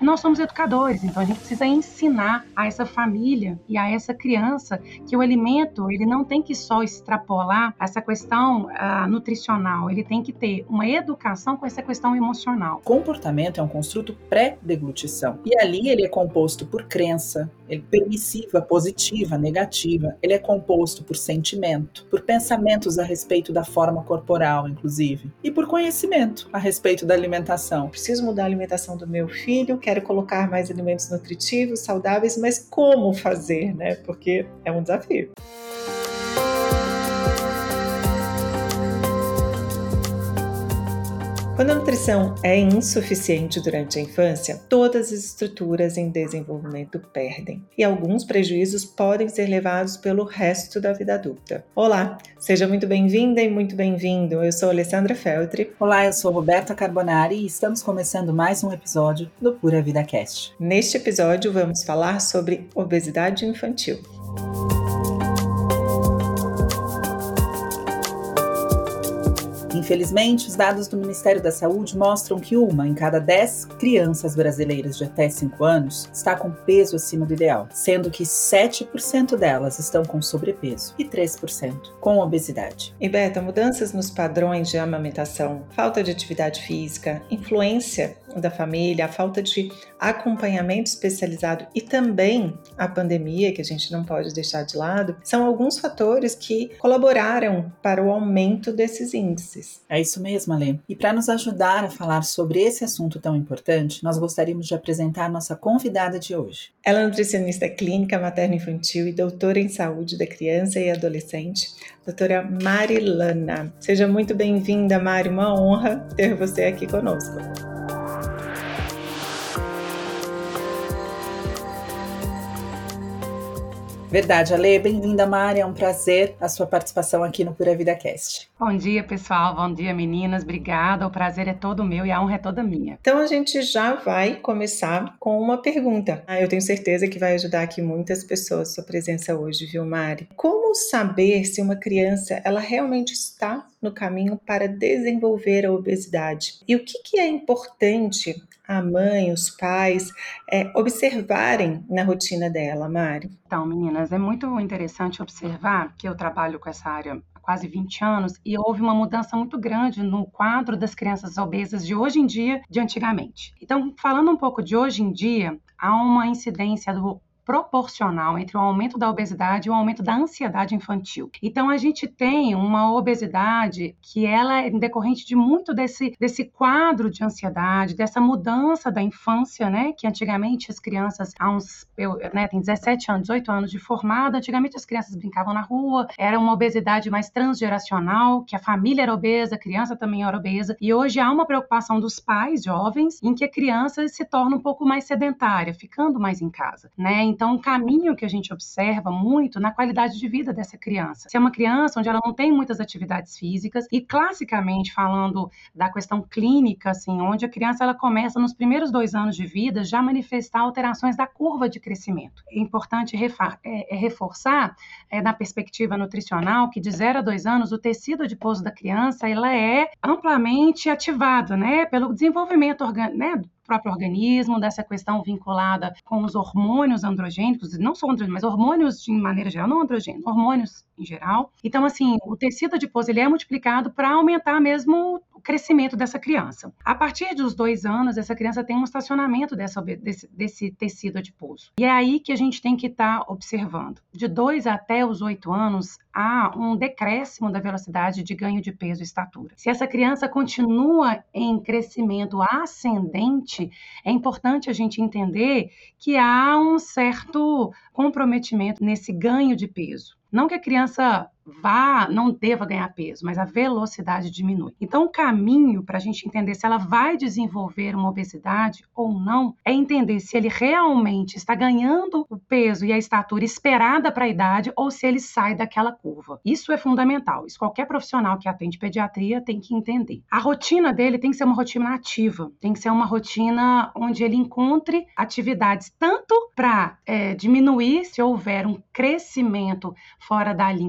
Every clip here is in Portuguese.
nós somos educadores, então a gente precisa ensinar a essa família e a essa criança que o alimento, ele não tem que só extrapolar essa questão nutricional, ele tem que ter uma educação com essa questão emocional. Comportamento é um construto pré-deglutição, e ali ele é composto por crença, permissiva, positiva, negativa, ele é composto por sentimento, por pensamentos a respeito da forma corporal, inclusive, e por conhecimento a respeito da alimentação. Preciso mudar a alimentação do meu filho, quero colocar mais alimentos nutritivos, saudáveis, mas como fazer, né? Porque é um desafio. Quando a nutrição é insuficiente durante a infância, todas as estruturas em desenvolvimento perdem, e alguns prejuízos podem ser levados pelo resto da vida adulta. Olá, seja muito bem-vinda e muito bem-vindo. Eu sou Alessandra Feltri. Olá, eu sou Roberta Carbonari e estamos começando mais um episódio do Pura Vida Cast. Neste episódio vamos falar sobre obesidade infantil. Infelizmente, os dados do Ministério da Saúde mostram que 1 em cada 10 crianças brasileiras de até 5 anos está com peso acima do ideal, sendo que 7% delas estão com sobrepeso e 3% com obesidade. E Beta, mudanças nos padrões de amamentação, falta de atividade física, influência da família, a falta de acompanhamento especializado e também a pandemia, que a gente não pode deixar de lado, são alguns fatores que colaboraram para o aumento desses índices. É isso mesmo, Alê. E para nos ajudar a falar sobre esse assunto tão importante, nós gostaríamos de apresentar nossa convidada de hoje. Ela é nutricionista clínica materno-infantil e doutora em saúde da criança e adolescente, doutora Marilana. Seja muito bem-vinda, Mari, uma honra ter você aqui conosco. Verdade, Ale, bem-vinda, Mari, é um prazer a sua participação aqui no Pura Vida Cast. Bom dia, pessoal, bom dia, meninas, obrigada, o prazer é todo meu e a honra é toda minha. Então a gente já vai começar com uma pergunta. Eu tenho certeza que vai ajudar aqui muitas pessoas sua presença hoje, viu, Mari? Como saber se uma criança ela realmente está no caminho para desenvolver a obesidade? E o que é importante a mãe, os pais observarem na rotina dela, Mari? Então, meninas, é muito interessante observar que eu trabalho com essa área há quase 20 anos e houve uma mudança muito grande no quadro das crianças obesas de hoje em dia, de antigamente. Então, falando um pouco de hoje em dia, há uma incidência proporcional entre o aumento da obesidade e o aumento da ansiedade infantil. Então, a gente tem uma obesidade que ela é decorrente de muito desse quadro de ansiedade, dessa mudança da infância, né? Que antigamente as crianças, tem 17 anos, 18 anos de formada, antigamente as crianças brincavam na rua, era uma obesidade mais transgeracional, que a família era obesa, a criança também era obesa, e hoje há uma preocupação dos pais jovens em que a criança se torna um pouco mais sedentária, ficando mais em casa, né? Então, um caminho que a gente observa muito na qualidade de vida dessa criança. Se é uma criança onde ela não tem muitas atividades físicas e, classicamente, falando da questão clínica, assim, onde a criança ela começa, nos primeiros 2 anos de vida, já manifestar alterações da curva de crescimento. É importante reforçar, na perspectiva nutricional, que de 0 a 2 anos, o tecido adiposo da criança ela é amplamente ativado, né, pelo desenvolvimento do próprio organismo, dessa questão vinculada com os hormônios androgênicos, não só androgênicos, mas hormônios de maneira geral, não androgênicos, hormônios em geral. Então, assim, o tecido adiposo ele é multiplicado para aumentar mesmo o crescimento dessa criança. A partir dos 2 anos, essa criança tem um estacionamento desse tecido adiposo. E é aí que a gente tem que estar observando. De 2 até os 8 anos, há um decréscimo da velocidade de ganho de peso e estatura. Se essa criança continua em crescimento ascendente, é importante a gente entender que há um certo comprometimento nesse ganho de peso. Não que a criança não deva ganhar peso, mas a velocidade diminui. Então, o caminho para a gente entender se ela vai desenvolver uma obesidade ou não é entender se ele realmente está ganhando o peso e a estatura esperada para a idade ou se ele sai daquela curva. Isso é fundamental. Isso qualquer profissional que atende pediatria tem que entender. A rotina dele tem que ser uma rotina ativa, tem que ser uma rotina onde ele encontre atividades tanto para diminuir se houver um crescimento fora da linha, atividades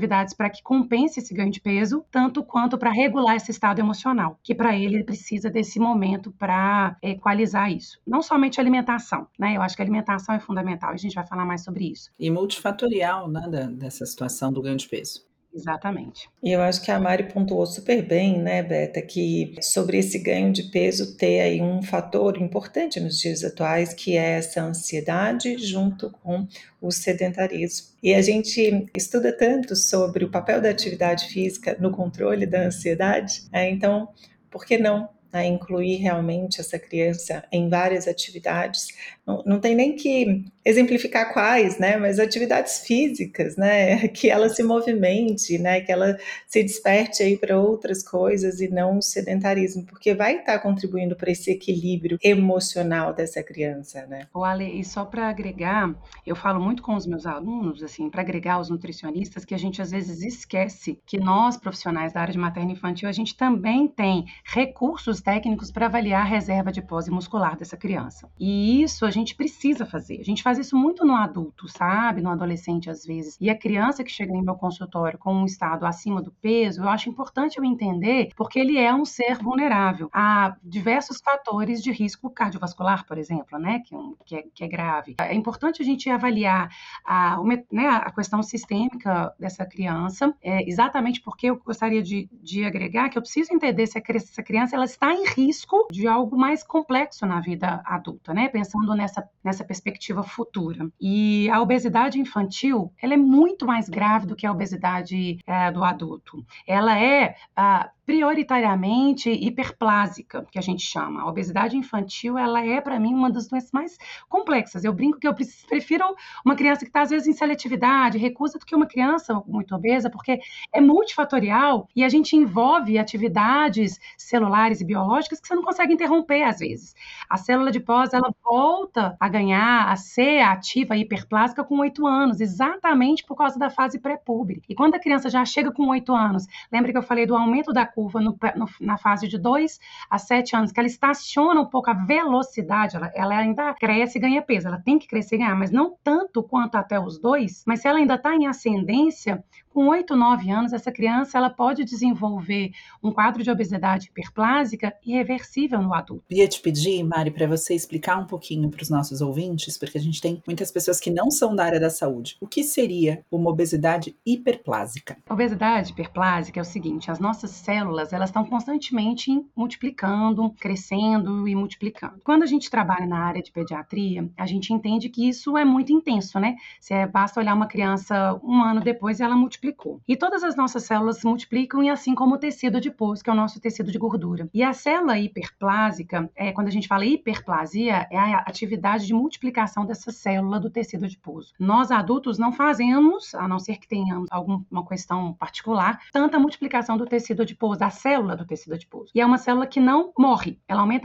atividades para que compense esse ganho de peso, tanto quanto para regular esse estado emocional, que para ele precisa desse momento para equalizar isso. Não somente a alimentação, né? Eu acho que a alimentação é fundamental, a gente vai falar mais sobre isso. E multifatorial, né, dessa situação do ganho de peso. Exatamente. E eu acho que a Mari pontuou super bem, né, Beta, que sobre esse ganho de peso ter aí um fator importante nos dias atuais, que é essa ansiedade junto com o sedentarismo. E a gente estuda tanto sobre o papel da atividade física no controle da ansiedade, então, por que não incluir realmente essa criança em várias atividades? Não tem nem que exemplificar quais, né? Mas atividades físicas, né? Que ela se movimente, né? Que ela se desperte aí para outras coisas e não o sedentarismo, porque vai estar contribuindo para esse equilíbrio emocional dessa criança, né? O Ale, e só para agregar, eu falo muito com os meus alunos, assim, para agregar os nutricionistas, que a gente às vezes esquece que nós, profissionais da área de materno infantil, a gente também tem recursos técnicos para avaliar a reserva de pose muscular dessa criança. E isso a gente precisa fazer. A gente faz isso muito no adulto, sabe? No adolescente, às vezes. E a criança que chega em meu consultório com um estado acima do peso, eu acho importante eu entender, porque ele é um ser vulnerável a diversos fatores de risco cardiovascular, por exemplo, né? Que é grave. É importante a gente avaliar a questão sistêmica dessa criança, exatamente porque eu gostaria de agregar que eu preciso entender se essa criança ela está em risco de algo mais complexo na vida adulta, né? Pensando nessa perspectiva futura. E a obesidade infantil, ela é muito mais grave do que a obesidade do adulto. Ela é prioritariamente hiperplásica, que a gente chama. A obesidade infantil, ela é, para mim, uma das doenças mais complexas. Eu brinco que eu prefiro uma criança que está, às vezes, em seletividade, recusa, do que uma criança muito obesa, porque é multifatorial e a gente envolve atividades celulares e biológicas que você não consegue interromper, às vezes. A célula adiposa, ela volta a ganhar, a ser ativa hiperplásica com 8 anos, exatamente por causa da fase pré-púbere. E quando a criança já chega com 8 anos, lembra que eu falei do aumento da curva na fase de 2 a 7 anos, que ela estaciona um pouco a velocidade, ela ainda cresce e ganha peso, ela tem que crescer e ganhar, mas não tanto quanto até os 2, mas se ela ainda está em ascendência, com 8, 9 anos, essa criança ela pode desenvolver um quadro de obesidade hiperplásica irreversível no adulto. Ia te pedir, Mari, para você explicar um pouquinho para os nossos ouvintes, porque a gente tem muitas pessoas que não são da área da saúde. O que seria uma obesidade hiperplásica? A obesidade hiperplásica é o seguinte, as nossas células, elas estão constantemente multiplicando, crescendo e multiplicando. Quando a gente trabalha na área de pediatria, a gente entende que isso é muito intenso, né? Basta olhar uma criança 1 ano depois e ela multiplicou. E todas as nossas células se multiplicam, e assim como o tecido adiposo, que é o nosso tecido de gordura. E a célula hiperplásica, quando a gente fala hiperplasia, é a atividade de multiplicação dessa célula do tecido adiposo. Nós adultos não fazemos, a não ser que tenhamos alguma questão particular, tanta multiplicação do tecido adiposo, da célula do tecido adiposo. E é uma célula que não morre. Ela aumenta.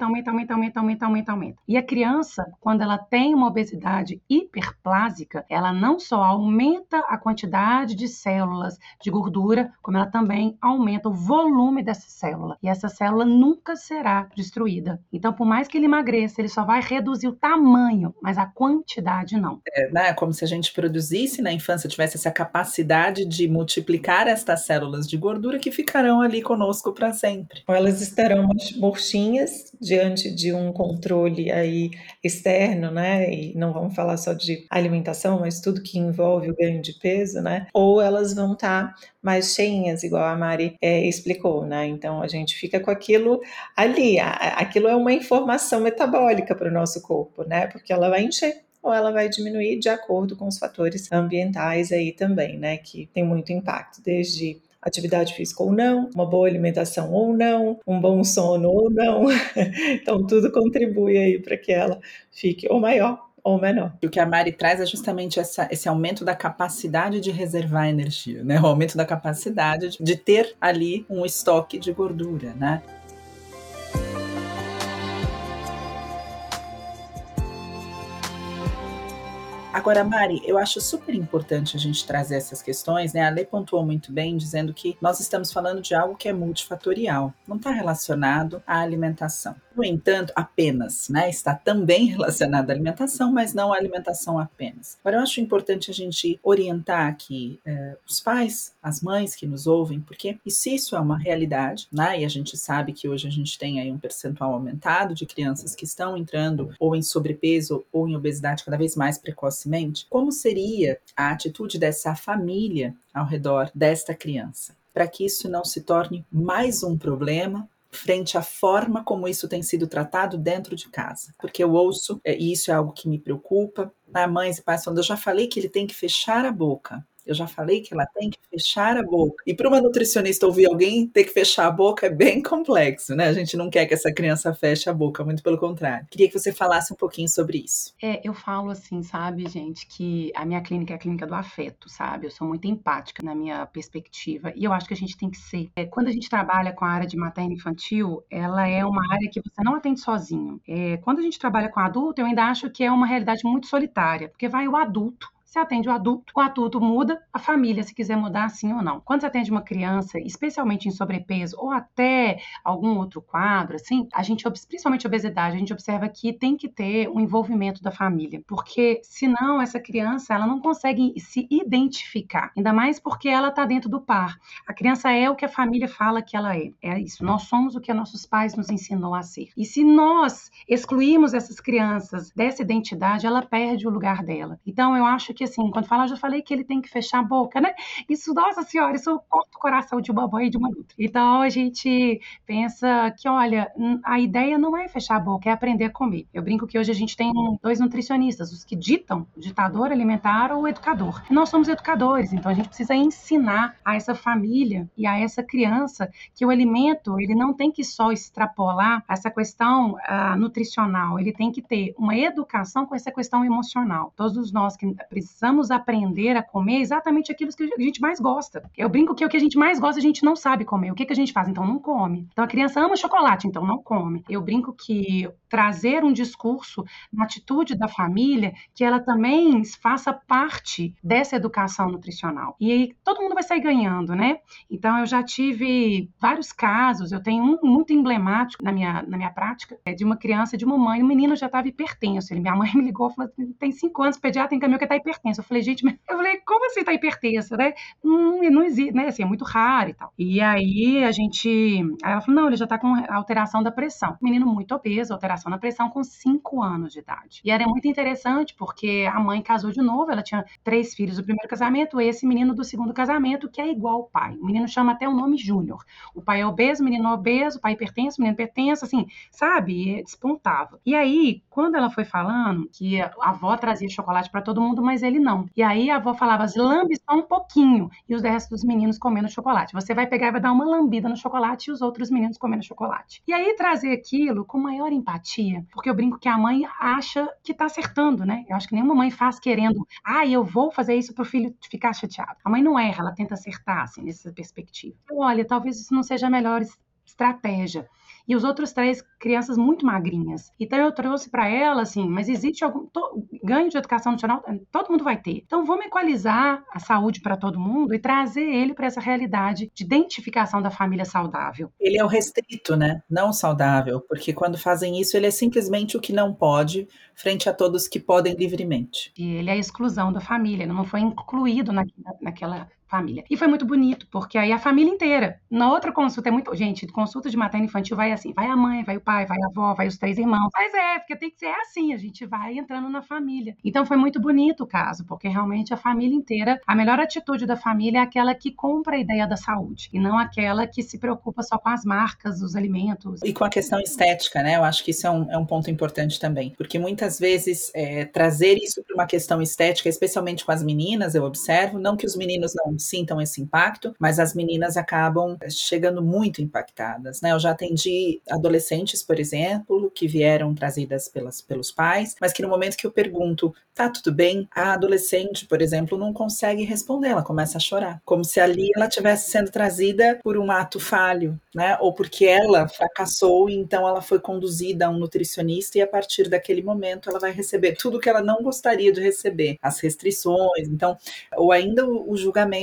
E a criança, quando ela tem uma obesidade hiperplásica, ela não só aumenta a quantidade de células de gordura, como ela também aumenta o volume dessa célula. E essa célula nunca será destruída. Então, por mais que ele emagreça, ele só vai reduzir o tamanho, mas a quantidade não. Né? Como se a gente produzisse na infância, tivesse essa capacidade de multiplicar estas células de gordura que ficarão ali conosco para sempre. Ou elas estarão murchinhas diante de um controle aí externo, né? E não vamos falar só de alimentação, mas tudo que envolve o ganho de peso, né? Ou elas vão estar mais cheinhas, igual a Mari explicou, né? Então a gente fica com aquilo ali, aquilo é uma informação metabólica para o nosso corpo, né? Porque ela vai encher ou ela vai diminuir de acordo com os fatores ambientais aí também, né? Que tem muito impacto, desde atividade física ou não, uma boa alimentação ou não, um bom sono ou não. Então tudo contribui aí para que ela fique ou maior ou menor. E o que a Mari traz é justamente esse aumento da capacidade de reservar energia, né? O aumento da capacidade de ter ali um estoque de gordura, né? Agora, Mari, eu acho super importante a gente trazer essas questões, né? A Lê pontuou muito bem, dizendo que nós estamos falando de algo que é multifatorial, não está relacionado à alimentação. No entanto, apenas, né, está também relacionado à alimentação, mas não à alimentação apenas. Agora, eu acho importante a gente orientar aqui os pais, as mães que nos ouvem, porque se isso é uma realidade, né, e a gente sabe que hoje a gente tem aí um percentual aumentado de crianças que estão entrando ou em sobrepeso ou em obesidade cada vez mais precocemente, como seria a atitude dessa família ao redor desta criança, para que isso não se torne mais um problema frente à forma como isso tem sido tratado dentro de casa. Porque eu ouço, e isso é algo que me preocupa, mães e pais falando, eu já falei que ele tem que fechar a boca. Eu já falei que ela tem que fechar a boca. E para uma nutricionista ouvir alguém ter que fechar a boca é bem complexo, né? A gente não quer que essa criança feche a boca, muito pelo contrário. Queria que você falasse um pouquinho sobre isso. Eu falo assim, sabe, gente, que a minha clínica é a clínica do afeto, sabe? Eu sou muito empática na minha perspectiva e eu acho que a gente tem que ser. Quando a gente trabalha com a área de materno infantil, ela é uma área que você não atende sozinho. Quando a gente trabalha com adulto, eu ainda acho que é uma realidade muito solitária, porque vai o adulto. Você atende o adulto muda, a família, se quiser mudar, sim ou não. Quando você atende uma criança, especialmente em sobrepeso, ou até algum outro quadro, assim, principalmente obesidade, a gente observa que tem que ter um envolvimento da família, porque senão essa criança, ela não consegue se identificar, ainda mais porque ela está dentro do par. A criança é o que a família fala que ela é. É isso, nós somos o que nossos pais nos ensinou a ser. E se nós excluirmos essas crianças dessa identidade, ela perde o lugar dela. Então, eu acho que assim, quando fala, eu já falei que ele tem que fechar a boca, né? Isso, nossa senhora, isso corta o coração de uma mãe e de uma outra. Então, a gente pensa que, olha, a ideia não é fechar a boca, é aprender a comer. Eu brinco que hoje a gente tem 2 nutricionistas, os que ditam, o ditador alimentar ou o educador. E nós somos educadores, então a gente precisa ensinar a essa família e a essa criança que o alimento, ele não tem que só extrapolar essa questão nutricional, ele tem que ter uma educação com essa questão emocional. Todos nós que precisamos aprender a comer exatamente aquilo que a gente mais gosta. Eu brinco que o que a gente mais gosta a gente não sabe comer. O que a gente faz? Então não come. Então a criança ama chocolate, então não come. Eu brinco que trazer um discurso na atitude da família que ela também faça parte dessa educação nutricional. E aí todo mundo vai sair ganhando, né? Então eu já tive vários casos, eu tenho um muito emblemático na minha prática, de uma criança, de uma mãe, o menino já estava hipertenso. Minha mãe me ligou e falou assim, tem 5 anos, o pediatra encaminhou que tá hipertenso. Eu falei, gente, como assim tá hipertensa, né? Não existe, né? Assim, é muito raro e tal. E aí aí ela falou, não, ele já tá com alteração da pressão. Menino muito obeso, alteração da pressão com 5 anos de idade. E era muito interessante porque a mãe casou de novo, ela tinha 3 filhos do primeiro casamento, esse menino do segundo casamento, que é igual ao pai. O menino chama até o nome Júnior. O pai é obeso, o menino é obeso, o pai hipertenso, o menino hipertenso, assim, sabe? E despontava. E aí, quando ela foi falando que a avó trazia chocolate para todo mundo, mas ele não. E aí a avó falava, lambe só um pouquinho, e os restos dos meninos comendo chocolate. Você vai pegar e vai dar uma lambida no chocolate e os outros meninos comendo chocolate. E aí trazer aquilo com maior empatia, porque eu brinco que a mãe acha que tá acertando, né? Eu acho que nenhuma mãe faz querendo, eu vou fazer isso pro filho ficar chateado. A mãe não erra, ela tenta acertar, assim, nessa perspectiva. Então, olha, talvez isso não seja a melhor estratégia. E os outros 3 crianças muito magrinhas. Então eu trouxe para ela assim, mas existe algum ganho de educação nutricional? Todo mundo vai ter. Então vamos equalizar a saúde para todo mundo e trazer ele para essa realidade de identificação da família saudável. Ele é o restrito, né? Não saudável, porque quando fazem isso, ele é simplesmente o que não pode, frente a todos que podem livremente. E ele é a exclusão da família, ele não foi incluído naquela família. E foi muito bonito, porque aí a família inteira, na outra consulta, gente, consulta de materno infantil vai assim, vai a mãe, vai o pai, vai a avó, vai os 3 irmãos. Mas porque tem que ser assim, a gente vai entrando na família. Então foi muito bonito o caso, porque realmente a família inteira, a melhor atitude da família é aquela que compra a ideia da saúde, e não aquela que se preocupa só com as marcas, os alimentos. E com a questão estética, né? Eu acho que isso é um ponto importante também, porque muitas vezes trazer isso para uma questão estética, especialmente com as meninas, eu observo, não que os meninos não sintam esse impacto, mas as meninas acabam chegando muito impactadas, né? Eu já atendi adolescentes, por exemplo, que vieram trazidas pelos pais, mas que no momento que eu pergunto, tá tudo bem? A adolescente, por exemplo, não consegue responder, ela começa a chorar, como se ali ela estivesse sendo trazida por um ato falho, né? Ou porque ela fracassou e então ela foi conduzida a um nutricionista e a partir daquele momento ela vai receber tudo que ela não gostaria de receber, as restrições, então, ou ainda o julgamento,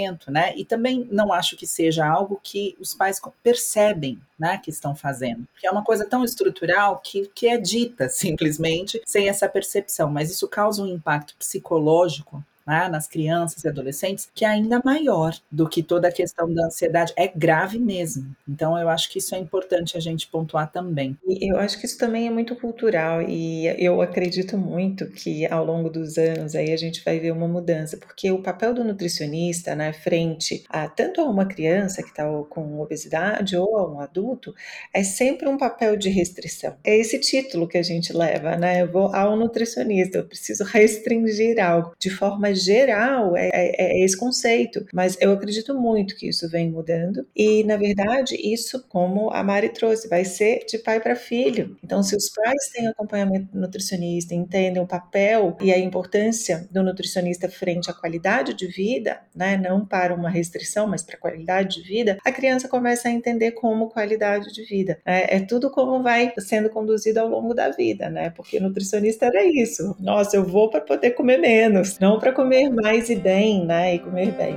comportamento, né? E também não acho que seja algo que os pais percebem, né, que estão fazendo. Porque é uma coisa tão estrutural que é dita simplesmente sem essa percepção, mas isso causa um impacto psicológico, né, nas crianças e adolescentes, que é ainda maior do que toda a questão da ansiedade. É grave mesmo. Então, eu acho que isso é importante a gente pontuar também. E eu acho que isso também é muito cultural e eu acredito muito que ao longo dos anos aí a gente vai ver uma mudança, porque o papel do nutricionista, né, frente a tanto a uma criança que está com obesidade ou a um adulto, é sempre um papel de restrição. É esse título que a gente leva, né? Eu vou ao nutricionista, eu preciso restringir algo. De forma geral, é esse conceito, mas eu acredito muito que isso vem mudando e, na verdade, isso, como a Mari trouxe, vai ser de pai para filho. Então, se os pais têm acompanhamento do nutricionista, entendem o papel e a importância do nutricionista frente à qualidade de vida, né, não para uma restrição, mas para a qualidade de vida, a criança começa a entender como qualidade de vida. É tudo como vai sendo conduzido ao longo da vida, né? Porque nutricionista era isso. Nossa, eu vou para poder comer menos, não para comer mais e bem, né? E comer bem.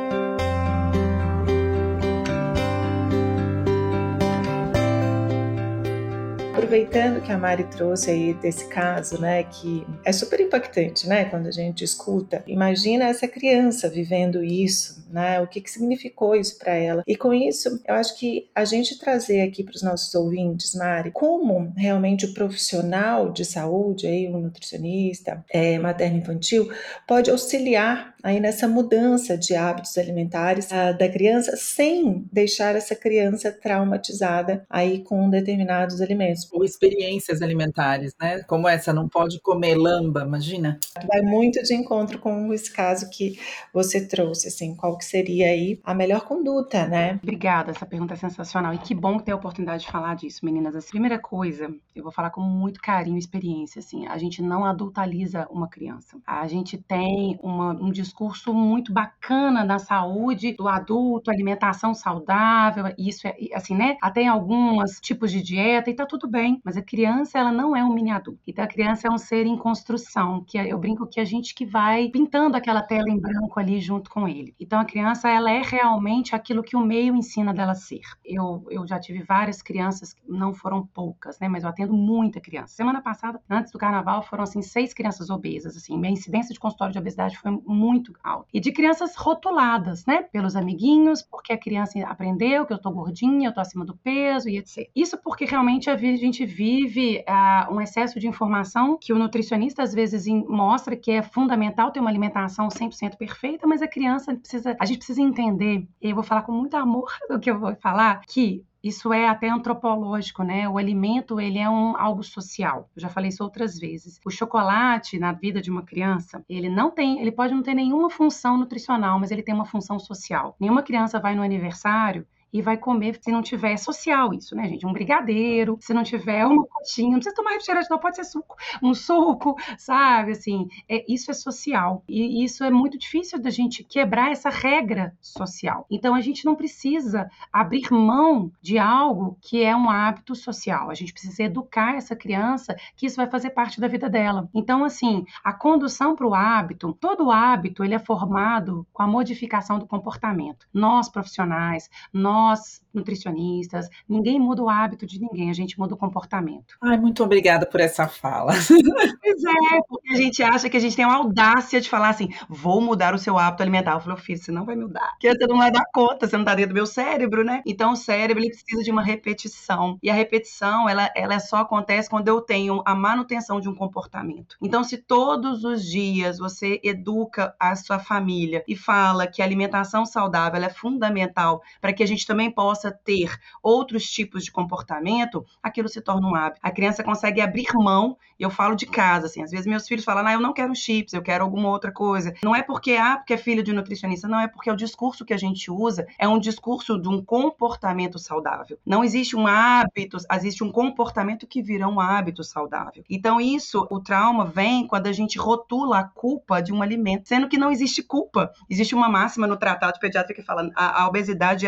Aproveitando que a Mari trouxe aí desse caso, né, que é super impactante, né, quando a gente escuta, imagina essa criança vivendo isso, né, o que significou isso para ela. E com isso, eu acho que a gente trazer aqui para os nossos ouvintes, Mari, como realmente o profissional de saúde, aí, o nutricionista, materno-infantil, pode auxiliar aí nessa mudança de hábitos alimentares da criança, sem deixar essa criança traumatizada aí com determinados alimentos. Ou experiências alimentares, né? Como essa, não pode comer lamba, imagina. Vai muito de encontro com esse caso que você trouxe, assim, qual que seria aí a melhor conduta, né? Obrigada, essa pergunta é sensacional. E que bom ter a oportunidade de falar disso, meninas. A primeira coisa, eu vou falar com muito carinho e experiência, assim, a gente não adultaliza uma criança. A gente tem um discurso muito bacana da saúde do adulto, alimentação saudável, isso é, assim, né? Até em alguns tipos de dieta, e tá tudo bem, mas a criança, ela não é um mini adulto. Então, a criança é um ser em construção, que eu brinco que a gente que vai pintando aquela tela em branco ali junto com ele. Então, a criança, ela é realmente aquilo que o meio ensina dela a ser. Eu já tive várias crianças, não foram poucas, né, mas eu atendo muita criança. Semana passada, antes do carnaval, foram, assim, 6 crianças obesas, assim, minha incidência de consultório de obesidade foi muito alta. E de crianças rotuladas, né, pelos amiguinhos, porque a criança aprendeu que eu tô gordinha, eu tô acima do peso e etc. Isso porque realmente a gente vive um excesso de informação que o nutricionista às vezes mostra que é fundamental ter uma alimentação 100% perfeita, mas a gente precisa entender, e eu vou falar com muito amor do que eu vou falar, que isso é até antropológico, né? O alimento, ele é algo social. Eu já falei isso outras vezes. O chocolate, na vida de uma criança, ele pode não ter nenhuma função nutricional, mas ele tem uma função social. Nenhuma criança vai no aniversário e vai comer se não tiver social isso, né, gente? Um brigadeiro, se não tiver uma coxinha, não precisa tomar refrigerante, não pode ser suco, um suco, sabe? Assim, isso é social. E isso é muito difícil da gente quebrar essa regra social. Então, a gente não precisa abrir mão de algo que é um hábito social. A gente precisa educar essa criança que isso vai fazer parte da vida dela. Então, assim, a condução para o hábito, todo hábito, ele é formado com a modificação do comportamento. Nós, profissionais, nós, nutricionistas, ninguém muda o hábito de ninguém, a gente muda o comportamento. Ai, muito obrigada por essa fala. Pois é, porque a gente acha que a gente tem a audácia de falar assim, vou mudar o seu hábito alimentar. Eu falei, filho, você não vai mudar, porque você não vai dar conta, você não tá dentro do meu cérebro, né? Então o cérebro, ele precisa de uma repetição, e a repetição, ela só acontece quando eu tenho a manutenção de um comportamento. Então, se todos os dias você educa a sua família e fala que a alimentação saudável ela é fundamental para que a gente também possa ter outros tipos de comportamento, aquilo se torna um hábito. A criança consegue abrir mão, e eu falo de casa, assim, às vezes meus filhos falam, eu não quero chips, eu quero alguma outra coisa. Não é porque é filho de nutricionista, não, é porque o discurso que a gente usa é um discurso de um comportamento saudável. Não existe um hábito, existe um comportamento que vira um hábito saudável. Então isso, o trauma vem quando a gente rotula a culpa de um alimento, sendo que não existe culpa. Existe uma máxima no Tratado de Pediatria que fala, a obesidade ela é tão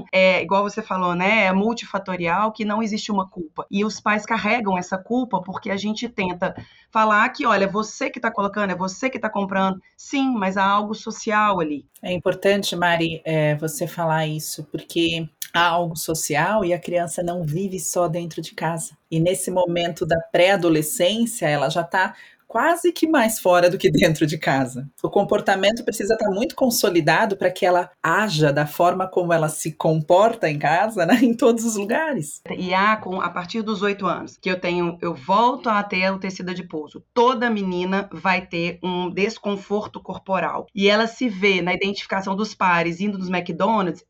Então, igual você falou, né? É multifatorial, que não existe uma culpa. E os pais carregam essa culpa porque a gente tenta falar que, olha, é você que está colocando, é você que está comprando. Sim, mas há algo social ali. É importante, Mari, você falar isso, porque há algo social e a criança não vive só dentro de casa. E nesse momento da pré-adolescência, ela já está quase que mais fora do que dentro de casa. O comportamento precisa estar muito consolidado para que ela haja da forma como ela se comporta em casa, né, em todos os lugares. E a partir dos 8 anos, que eu volto a ter o tecido adiposo. Toda menina vai ter um desconforto corporal. E ela se vê na identificação dos pares indo nos McDonald's,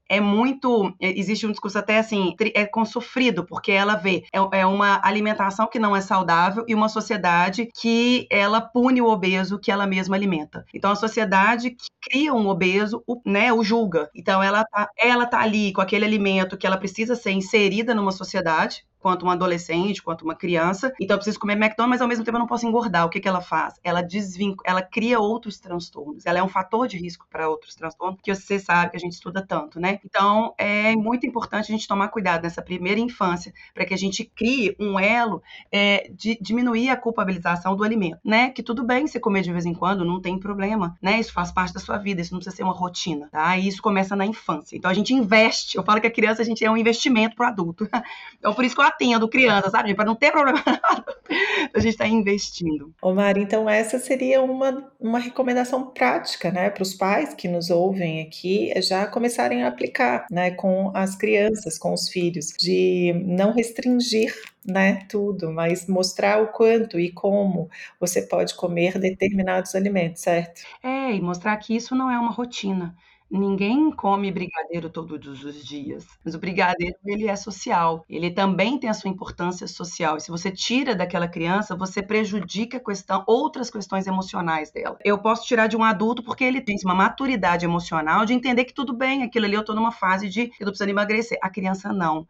existe um discurso até assim, com sofrido, porque ela vê, uma alimentação que não é saudável e uma sociedade que ela pune o obeso que ela mesma alimenta. Então, a sociedade que cria um obeso, né, o julga. Então, ela tá ali com aquele alimento que ela precisa ser inserida numa sociedade, quanto uma adolescente, quanto uma criança. Então, eu preciso comer McDonald's, mas ao mesmo tempo eu não posso engordar. O que ela faz? Ela cria outros transtornos. Ela é um fator de risco para outros transtornos, que você sabe que a gente estuda tanto, né? Então, é muito importante a gente tomar cuidado nessa primeira infância, para que a gente crie um elo de diminuir a culpabilização do alimento, né? Que tudo bem você comer de vez em quando, não tem problema, né? Isso faz parte da sua vida, isso não precisa ser uma rotina, tá? E isso começa na infância. Então, a gente investe. Eu falo que a criança, a gente é um investimento para o adulto. Então, por isso que eu atendo criança, sabe? Para não ter problema, a gente está investindo. Ô Mari, então essa seria uma recomendação prática, né, para os pais que nos ouvem aqui já começarem a aplicar, né, com as crianças, com os filhos, de não restringir, né, tudo, mas mostrar o quanto e como você pode comer determinados alimentos, certo? E mostrar que isso não é uma rotina. Ninguém come brigadeiro todos os dias, mas o brigadeiro ele é social, ele também tem a sua importância social. E se você tira daquela criança, você prejudica outras questões emocionais dela. Eu posso tirar de um adulto porque ele tem uma maturidade emocional de entender que tudo bem, aquilo ali eu estou numa fase de eu tô precisando emagrecer. A criança não,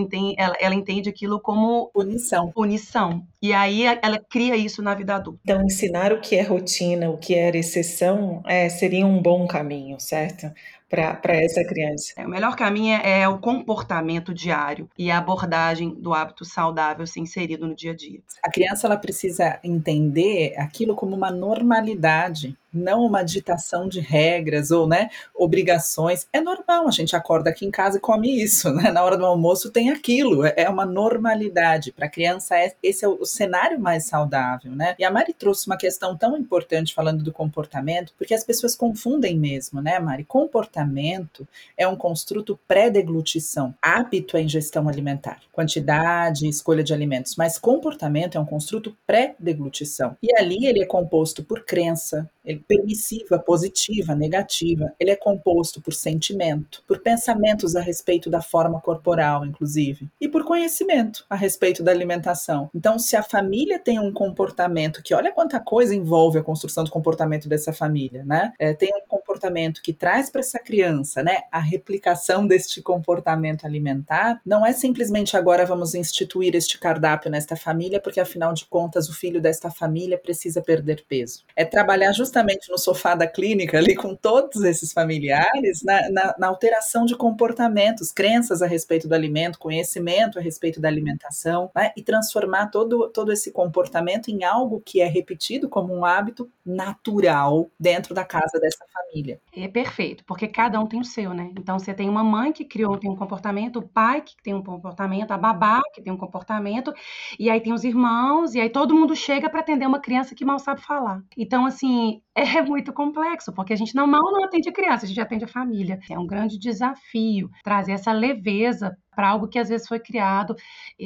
ela entende aquilo como punição. E aí ela cria isso na vida adulta. Então, ensinar o que é rotina, o que é exceção, seria um bom caminho, certo? Para essa criança. O melhor caminho é o comportamento diário e a abordagem do hábito saudável ser inserido no dia a dia. A criança ela precisa entender aquilo como uma normalidade, não uma ditação de regras ou, né, obrigações. É normal, a gente acorda aqui em casa e come isso, né? Na hora do almoço tem aquilo, é uma normalidade. Para a criança, esse é o cenário mais saudável, né? E a Mari trouxe uma questão tão importante falando do comportamento, porque as pessoas confundem mesmo, né, Mari? Comportamento é um construto pré-deglutição. Hábito é ingestão alimentar, quantidade, escolha de alimentos, mas comportamento é um construto pré-deglutição. E ali ele é composto por crença, permissiva, positiva, negativa. Ele é composto por sentimento, por pensamentos a respeito da forma corporal, inclusive, e por conhecimento a respeito da alimentação. Então, se a família tem um comportamento que, olha quanta coisa envolve a construção do comportamento dessa família, né? Tem um comportamento que traz para essa criança, né, a replicação deste comportamento alimentar, não é simplesmente agora vamos instituir este cardápio nesta família, porque afinal de contas o filho desta família precisa perder peso. É trabalhar justamente no sofá da clínica ali com todos esses familiares na alteração de comportamentos, crenças a respeito do alimento, conhecimento a respeito da alimentação, né, e transformar todo esse comportamento em algo que é repetido como um hábito natural dentro da casa dessa família. É perfeito, porque cada um tem o seu, né? Então, você tem uma mãe que tem um comportamento, o pai que tem um comportamento, a babá que tem um comportamento, e aí tem os irmãos, e aí todo mundo chega para atender uma criança que mal sabe falar. Então, assim, é muito complexo, porque a gente mal não atende a criança, a gente atende a família. É um grande desafio trazer essa leveza para algo que às vezes foi criado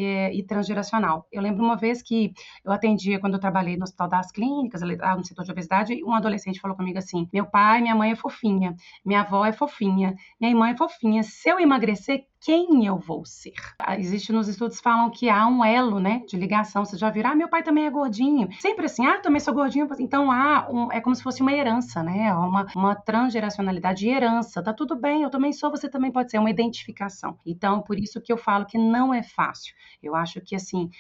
e transgeracional. Eu lembro uma vez que eu atendia, quando eu trabalhei no Hospital das Clínicas, no setor de obesidade, um adolescente falou comigo assim: meu pai e minha mãe é fofinha, minha avó é fofinha, minha irmã é fofinha, se eu emagrecer, quem eu vou ser? Existe nos estudos falam que há um elo, né, de ligação. Você já viram, meu pai também é gordinho. Sempre assim, eu também sou gordinho. Então é como se fosse uma herança, né, uma transgeracionalidade de herança. Tá tudo bem, eu também sou, você também pode ser, uma identificação. Então, por isso que eu falo que não é fácil. Eu acho que, assim,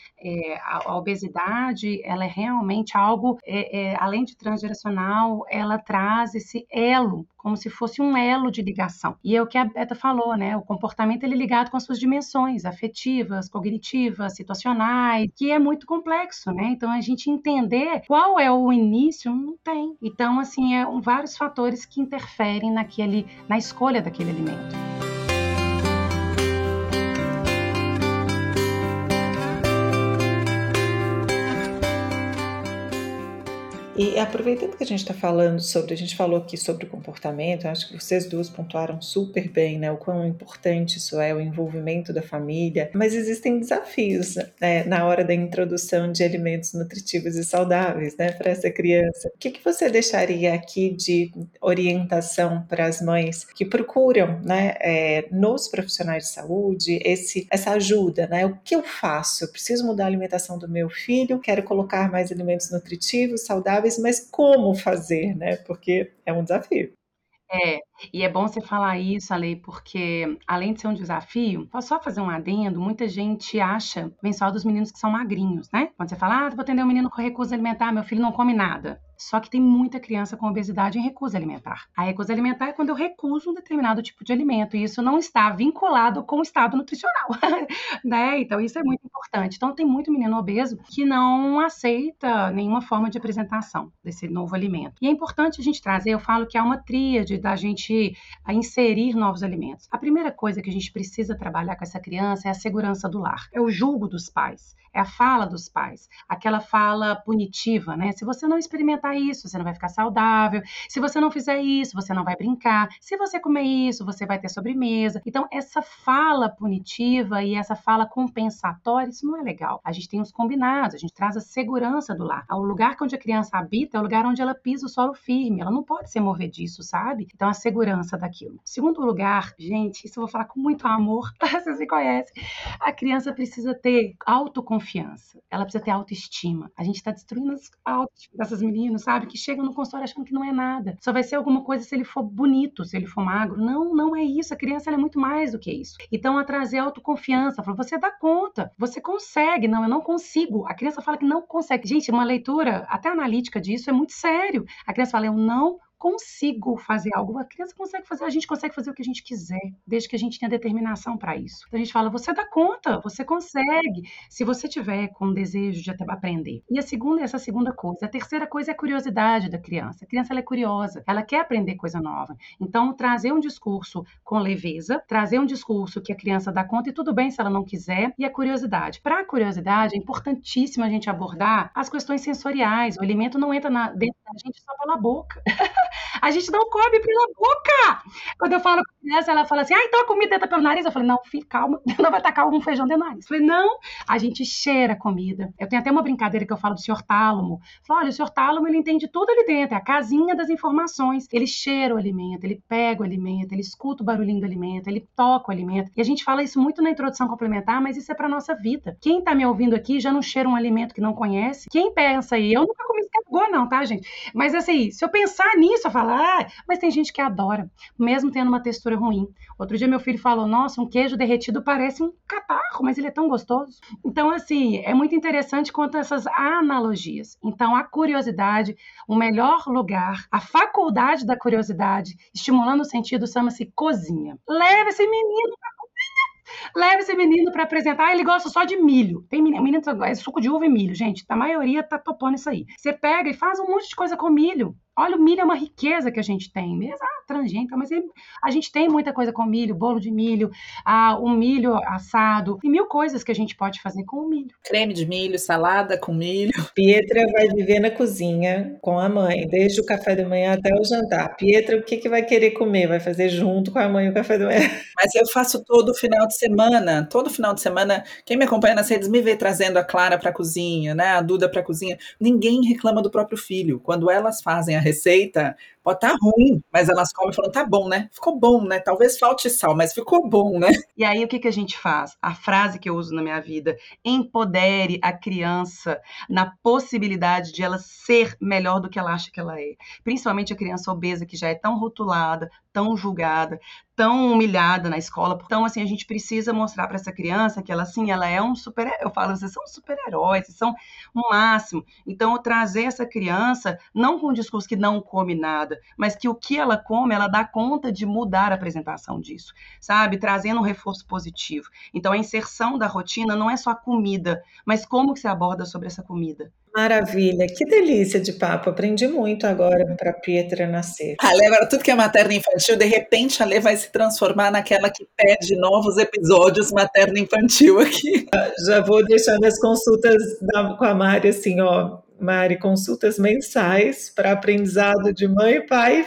a obesidade, ela é realmente algo, além de transgeracional, ela traz esse elo como se fosse um elo de ligação. E é o que a Beta falou, né? O comportamento ele é ligado com as suas dimensões afetivas, cognitivas, situacionais, que é muito complexo, né? Então, a gente entender qual é o início, não tem. Então, assim, vários fatores que interferem na escolha daquele alimento. E aproveitando que a gente está falando a gente falou aqui sobre o comportamento, acho que vocês duas pontuaram super bem, né, o quão importante isso é, o envolvimento da família, mas existem desafios, né, na hora da introdução de alimentos nutritivos e saudáveis, né, para essa criança. O que você deixaria aqui de orientação para as mães que procuram, né, nos profissionais de saúde, essa ajuda, né, o que eu faço? Eu preciso mudar a alimentação do meu filho, quero colocar mais alimentos nutritivos, saudáveis, mas como fazer, né? Porque é um desafio. E é bom você falar isso, Ale, porque além de ser um desafio, posso só fazer um adendo? Muita gente acha, vem só dos meninos que são magrinhos, né? Quando você fala, vou atender um menino com recusa alimentar, meu filho não come nada. Só que tem muita criança com obesidade em recusa alimentar. A recusa alimentar é quando eu recuso um determinado tipo de alimento, e isso não está vinculado com o estado nutricional, né? Então, isso é muito importante. Então, tem muito menino obeso que não aceita nenhuma forma de apresentação desse novo alimento. E é importante a gente trazer, eu falo que há uma tríade da gente inserir novos alimentos. A primeira coisa que a gente precisa trabalhar com essa criança é a segurança do lar, é o julgo dos pais, é a fala dos pais, aquela fala punitiva, né? Se você não experimentar isso, você não vai ficar saudável. Se você não fizer isso, você não vai brincar. Se você comer isso, você vai ter sobremesa. Então, essa fala punitiva e essa fala compensatória, isso não é legal. A gente tem os combinados, a gente traz a segurança do lar. O lugar onde a criança habita é o lugar onde ela pisa o solo firme. Ela não pode se mover disso, sabe? Então, a segurança daquilo. Segundo lugar, gente, isso eu vou falar com muito amor, vocês me conhecem. A criança precisa ter autoconfiança. Ela precisa ter autoestima. A gente está destruindo as autoestima dessas meninas, sabe? Que chegam no consultório achando que não é nada. Só vai ser alguma coisa se ele for bonito, se ele for magro. Não, não é isso. A criança ela é muito mais do que isso. Então, a trazer autoconfiança. Fala, você dá conta, você consegue. Não, eu não consigo. A criança fala que não consegue. Gente, uma leitura até analítica disso é muito sério. A criança fala, eu não consigo fazer algo. A criança consegue fazer, a gente consegue fazer o que a gente quiser, desde que a gente tenha determinação para isso. Então a gente fala, você dá conta, você consegue, se você tiver com desejo de aprender. E essa segunda coisa. A terceira coisa é a curiosidade da criança. A criança ela é curiosa, ela quer aprender coisa nova. Então, trazer um discurso com leveza, trazer um discurso que a criança dá conta, e tudo bem se ela não quiser, e a curiosidade. Para a curiosidade, é importantíssimo a gente abordar as questões sensoriais. O alimento não entra dentro da gente só pela boca. A gente não come pela boca. Quando eu falo com a criança, ela fala assim, então a comida entra pelo nariz. Eu falei, não, filho, calma, não vai tacar algum feijão dentro do nariz. Eu falei, não, a gente cheira a comida. Eu tenho até uma brincadeira que eu falo do Sr. Tálamo. Eu falo, olha, o Sr. Tálamo, ele entende tudo ali dentro, é a casinha das informações. Ele cheira o alimento, ele pega o alimento, ele escuta o barulhinho do alimento, ele toca o alimento. E a gente fala isso muito na introdução complementar, mas isso é pra nossa vida. Quem tá me ouvindo aqui já não cheira um alimento que não conhece? Quem pensa aí? Eu nunca comi escargot, não, tá, gente? Mas assim, se eu pensar nisso, eu falo, mas tem gente que adora, mesmo tendo uma textura ruim. Outro dia meu filho falou, nossa, um queijo derretido parece um catarro, mas ele é tão gostoso. Então, assim, é muito interessante quanto a essas analogias. Então, a curiosidade, o melhor lugar, a faculdade da curiosidade, estimulando o sentido, chama-se cozinha. Leva esse menino para apresentar. Ele gosta só de milho. Tem menino é suco de uva e milho, gente. A maioria tá topando isso aí. Você pega e faz um monte de coisa com milho. Olha, o milho é uma riqueza que a gente tem. Mesmo transgênica, mas a gente tem muita coisa com milho, bolo de milho, o milho assado, e mil coisas que a gente pode fazer com o milho. Creme de milho, salada com milho. Pietra vai viver na cozinha com a mãe, desde o café da manhã até o jantar. Pietra, o que vai querer comer? Vai fazer junto com a mãe o café da manhã. Mas eu faço todo final de semana, quem me acompanha nas redes me vê trazendo a Clara para a cozinha, né, a Duda para a cozinha. Ninguém reclama do próprio filho. Quando elas fazem a receita, pode estar ruim, mas elas comem e falam, tá bom, né? Ficou bom, né? Talvez falte sal, mas ficou bom, né? E aí, o que a gente faz? A frase que eu uso na minha vida, empodere a criança na possibilidade de ela ser melhor do que ela acha que ela é. Principalmente a criança obesa, que já é tão rotulada, tão julgada, tão humilhada na escola. Então, assim, a gente precisa mostrar para essa criança que ela, assim, ela é um super... Eu falo, vocês são super-heróis, vocês são o máximo. Então, eu trazer essa criança, não com um discurso que não come nada, mas que o que ela come, ela dá conta de mudar a apresentação disso, sabe? Trazendo um reforço positivo. Então, a inserção da rotina não é só a comida, mas como que você aborda sobre essa comida. Maravilha, que delícia de papo. Aprendi muito agora para Pietra nascer. A Lê, agora tudo que é materno e infantil, de repente a Lê vai se transformar naquela que pede novos episódios materno e infantil aqui. Já vou deixando as consultas com a Mari assim, ó. Mari, consultas mensais para aprendizado de mãe, pai e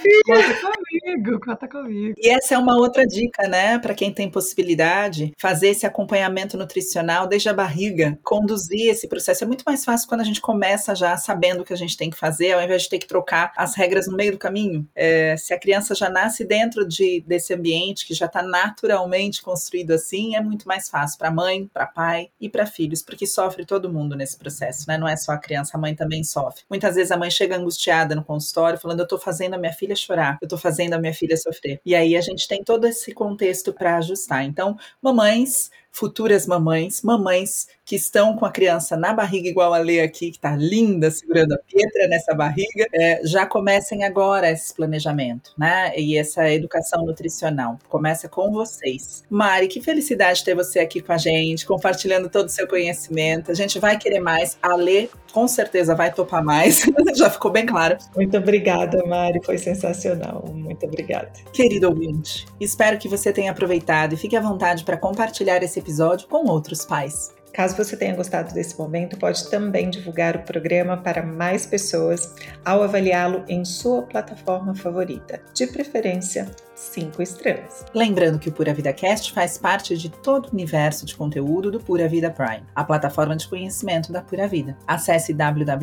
filha. Conta comigo. E essa é uma outra dica, né? Para quem tem possibilidade, fazer esse acompanhamento nutricional desde a barriga, conduzir esse processo. É muito mais fácil quando a gente começa já sabendo o que a gente tem que fazer, ao invés de ter que trocar as regras no meio do caminho. Se a criança já nasce dentro desse ambiente que já está naturalmente construído assim, é muito mais fácil para mãe, para pai e para filhos, porque sofre todo mundo nesse processo, né? Não é só a criança, a mãe também sofre. Muitas vezes a mãe chega angustiada no consultório, falando, eu tô fazendo a minha filha chorar, eu tô fazendo a minha filha sofrer. E aí a gente tem todo esse contexto para ajustar. Então, mamães, futuras mamães que estão com a criança na barriga, igual a Lê aqui, que tá linda, segurando a Pietra nessa barriga, já comecem agora esse planejamento, né? E essa educação nutricional. Começa com vocês. Mari, que felicidade ter você aqui com a gente, compartilhando todo o seu conhecimento. A gente vai querer mais. A Lê, com certeza, vai topar mais. Já ficou bem claro. Muito obrigada, Mari. Foi sensacional. Muito obrigada. Querido ouvinte, espero que você tenha aproveitado e fique à vontade para compartilhar esse episódio com outros pais. Caso você tenha gostado desse momento, pode também divulgar o programa para mais pessoas ao avaliá-lo em sua plataforma favorita, de preferência 5 estrelas. Lembrando que o Pura Vida Cast faz parte de todo o universo de conteúdo do Pura Vida Prime, a plataforma de conhecimento da Pura Vida. Acesse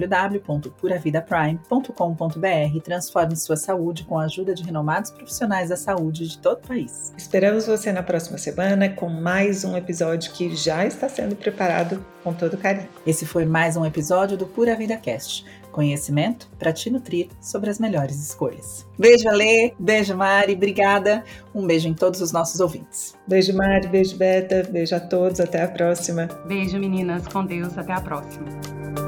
www.puravidaprime.com.br e transforme sua saúde com a ajuda de renomados profissionais da saúde de todo o país. Esperamos você na próxima semana com mais um episódio que já está sendo preparado com todo carinho. Esse foi mais um episódio do Pura Vida Cast. Conhecimento para te nutrir sobre as melhores escolhas. Beijo, Alê. Beijo, Mari. Obrigada. Um beijo em todos os nossos ouvintes. Beijo, Mari. Beijo, Beta. Beijo a todos. Até a próxima. Beijo, meninas. Com Deus. Até a próxima.